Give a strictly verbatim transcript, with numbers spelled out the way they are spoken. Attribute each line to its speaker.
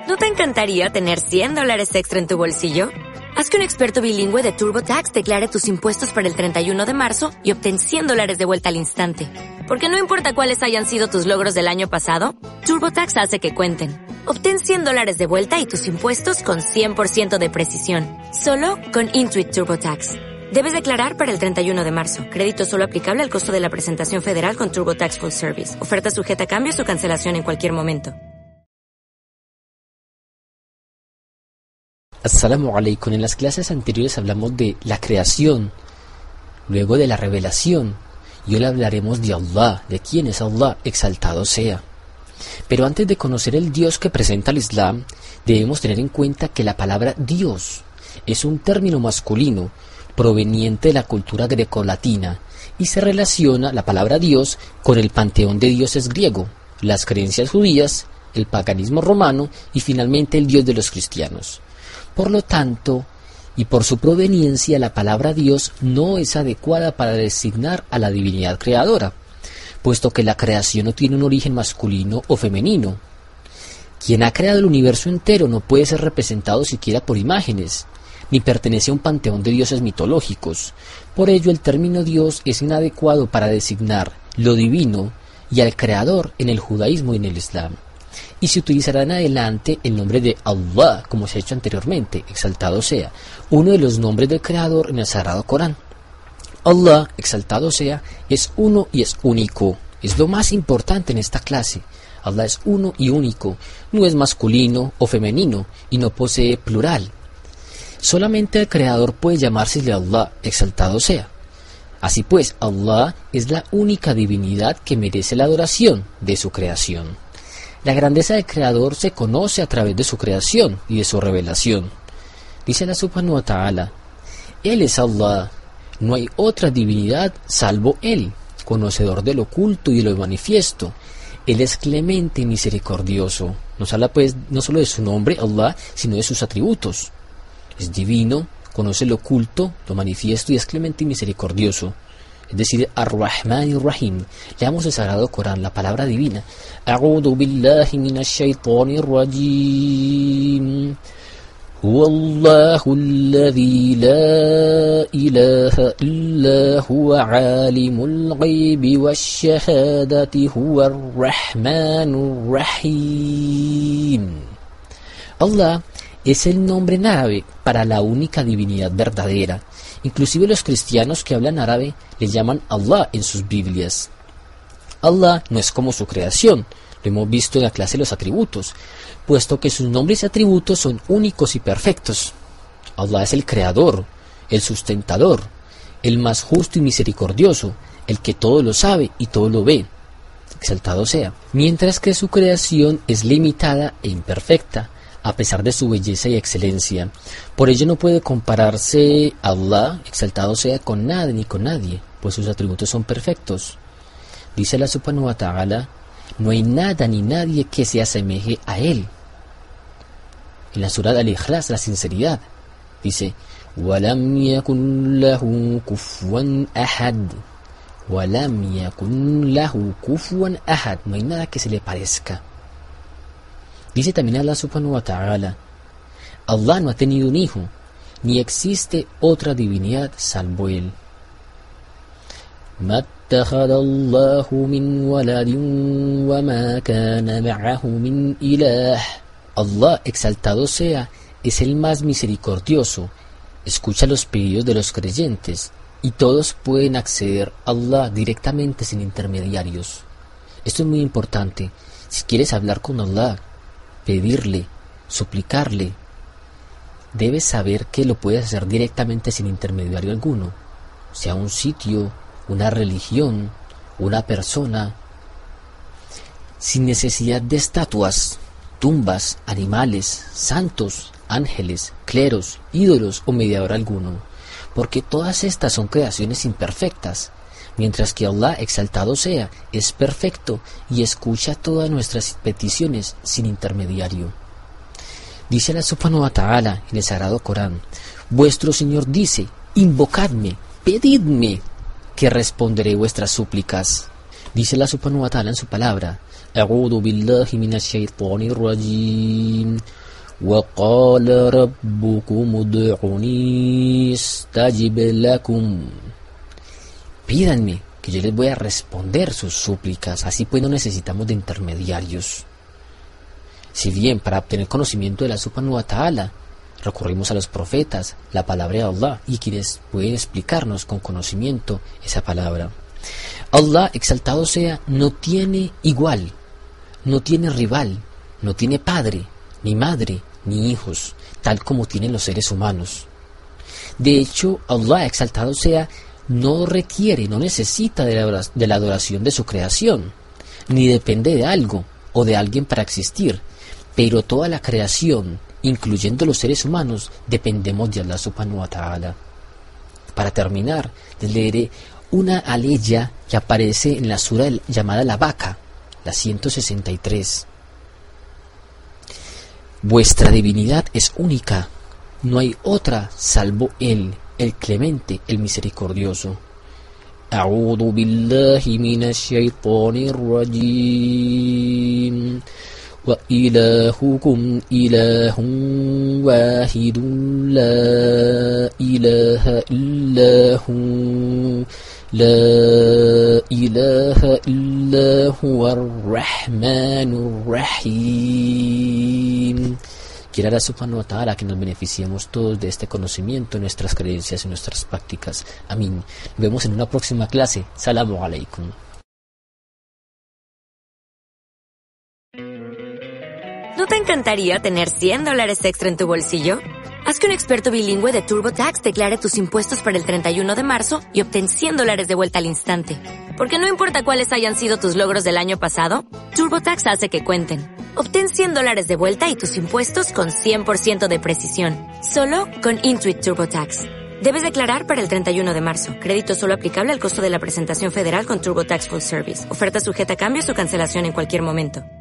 Speaker 1: ¿No te encantaría tener cien dólares extra en tu bolsillo? Haz que un experto bilingüe de TurboTax declare tus impuestos para el treinta y uno de marzo y obtén cien dólares de vuelta al instante. Porque no importa cuáles hayan sido tus logros del año pasado, TurboTax hace que cuenten. Obtén cien dólares de vuelta y tus impuestos con cien por ciento de precisión. Solo con Intuit TurboTax. Debes declarar para el treinta y uno de marzo. Crédito solo aplicable al costo de la presentación federal con TurboTax Full Service. Oferta sujeta a cambios o cancelación en cualquier momento.
Speaker 2: As-salamu alaykum. En las clases anteriores hablamos de la creación, luego de la revelación, y hoy hablaremos de Allah, de quién es Allah, exaltado sea. Pero antes de conocer el Dios que presenta el Islam, debemos tener en cuenta que la palabra Dios es un término masculino proveniente de la cultura grecolatina y se relaciona la palabra Dios con el panteón de dioses griego, las creencias judías, el paganismo romano y finalmente el Dios de los cristianos. Por lo tanto, y por su proveniencia, la palabra Dios no es adecuada para designar a la divinidad creadora, puesto que la creación no tiene un origen masculino o femenino. Quien ha creado el universo entero no puede ser representado siquiera por imágenes, ni pertenece a un panteón de dioses mitológicos. Por ello, el término Dios es inadecuado para designar lo divino y al creador en el judaísmo y en el islam. Y se utilizará en adelante el nombre de Allah, como se ha hecho anteriormente, exaltado sea, uno de los nombres del Creador en el Sagrado Corán. Allah, exaltado sea, es uno y es único. Es lo más importante en esta clase. Allah es uno y único, no es masculino o femenino y no posee plural. Solamente el Creador puede llamársele Allah, exaltado sea. Así pues, Allah es la única divinidad que merece la adoración de su creación. La grandeza del Creador se conoce a través de su creación y de su revelación. Dice Allah subhanahu wa ta'ala: Él es Allah, no hay otra divinidad salvo Él, conocedor de lo oculto y de lo manifiesto. Él es clemente y misericordioso. Nos habla pues no solo de su nombre, Allah, sino de sus atributos. Es divino, conoce lo oculto, lo manifiesto y es clemente y misericordioso. Es decir, Ar-Rahman Ar-Rahim. Leamos el Sagrado Corán, la palabra divina. A'udhu billahi minash shaitanir rajim. Huwallahu alladhi la ilaha illa huwa alimul ghaibi wash shahadati huwa Ar-Rahmanur Rahim. Allah es el nombre en árabe para la única divinidad verdadera. Inclusive los cristianos que hablan árabe le llaman Allah en sus Biblias. Allah no es como su creación, lo hemos visto en la clase de los atributos, puesto que sus nombres y atributos son únicos y perfectos. Allah es el creador, el sustentador, el más justo y misericordioso, el que todo lo sabe y todo lo ve, exaltado sea. Mientras que su creación es limitada e imperfecta, a pesar de su belleza y excelencia. Por ello no puede compararse Allah, exaltado sea, con nada ni con nadie, pues sus atributos son perfectos. Dice Allah subhanahu wa ta'ala: no hay nada ni nadie que se asemeje a Él. En la surah Al-Ikhlas, la sinceridad, dice: وَلَمْ يَكُنْ لَهُ كُفُوًا أَحَدٌ وَلَمْ يَكُنْ لَهُ كُفُوًا أَحَدٌ. No hay nada que se le parezca. Dice también Allah subhanahu wa ta'ala: Allah no ha tenido un hijo, ni existe otra divinidad salvo Él. مَا اتَّخَذَ اللَّهُ مِنْ وَلَدٍ وَمَا كَانَ مَعَهُ مِنْ إِلَهٍ. Allah, exaltado sea, es el más misericordioso, escucha los pedidos de los creyentes, y todos pueden acceder a Allah directamente sin intermediarios. Esto es muy importante. Si quieres hablar con Allah, pedirle, suplicarle, debes saber que lo puedes hacer directamente sin intermediario alguno, sea un sitio, una religión, una persona, sin necesidad de estatuas, tumbas, animales, santos, ángeles, cleros, ídolos o mediador alguno, porque todas estas son creaciones imperfectas, mientras que Allah, exaltado sea, es perfecto y escucha todas nuestras peticiones sin intermediario. Dice Allah subhanahu wa ta'ala en el Sagrado Corán: vuestro Señor dice: invocadme, pedidme, que responderé vuestras súplicas. Dice Allah subhanahu wa ta'ala en su palabra: A'udhu billahi minash shaitanir rajim. وَقَالَ رَبُّكُمُ ادْعُونِي أَسْتَجِبْ لَكُمْ. Pídanme, que yo les voy a responder sus súplicas. Así pues no necesitamos de intermediarios. Si bien para obtener conocimiento de la Subhanahu wa Ta'ala recurrimos a los profetas, la palabra de Allah, y quienes pueden explicarnos con conocimiento esa palabra. Allah, exaltado sea, no tiene igual, no tiene rival, no tiene padre, ni madre, ni hijos, tal como tienen los seres humanos. De hecho, Allah, exaltado sea, no requiere, no necesita de la, de la adoración de su creación, ni depende de algo o de alguien para existir, pero toda la creación, incluyendo los seres humanos, dependemos de Allah Subhanahu wa Ta'ala. Para terminar, les leeré una aleya que aparece en la sura llamada La Vaca, la ciento sesenta y tres. Vuestra divinidad es única, no hay otra salvo Él, el Clemente, el Misericordioso. A'udhu billahi minash shaitanir rajim. Wa ilahukum ilahun wahidun la ilaha illahu la ilaha illahu ar-rahmanur rahim. Quiera Allah Subhanahu wa Ta'ala que nos beneficiemos todos de este conocimiento, nuestras creencias y nuestras prácticas. Amén. Nos vemos en una próxima clase. Salamu alaikum.
Speaker 1: ¿No te encantaría tener cien dólares extra en tu bolsillo? Haz que un experto bilingüe de TurboTax declare tus impuestos para el treinta y uno de marzo y obtén cien dólares de vuelta al instante. Porque no importa cuáles hayan sido tus logros del año pasado, TurboTax hace que cuenten. Obtén cien dólares de vuelta y tus impuestos con cien por ciento de precisión. Solo con Intuit TurboTax. Debes declarar para el treinta y uno de marzo. Crédito solo aplicable al costo de la presentación federal con TurboTax Full Service. Oferta sujeta a cambios o cancelación en cualquier momento.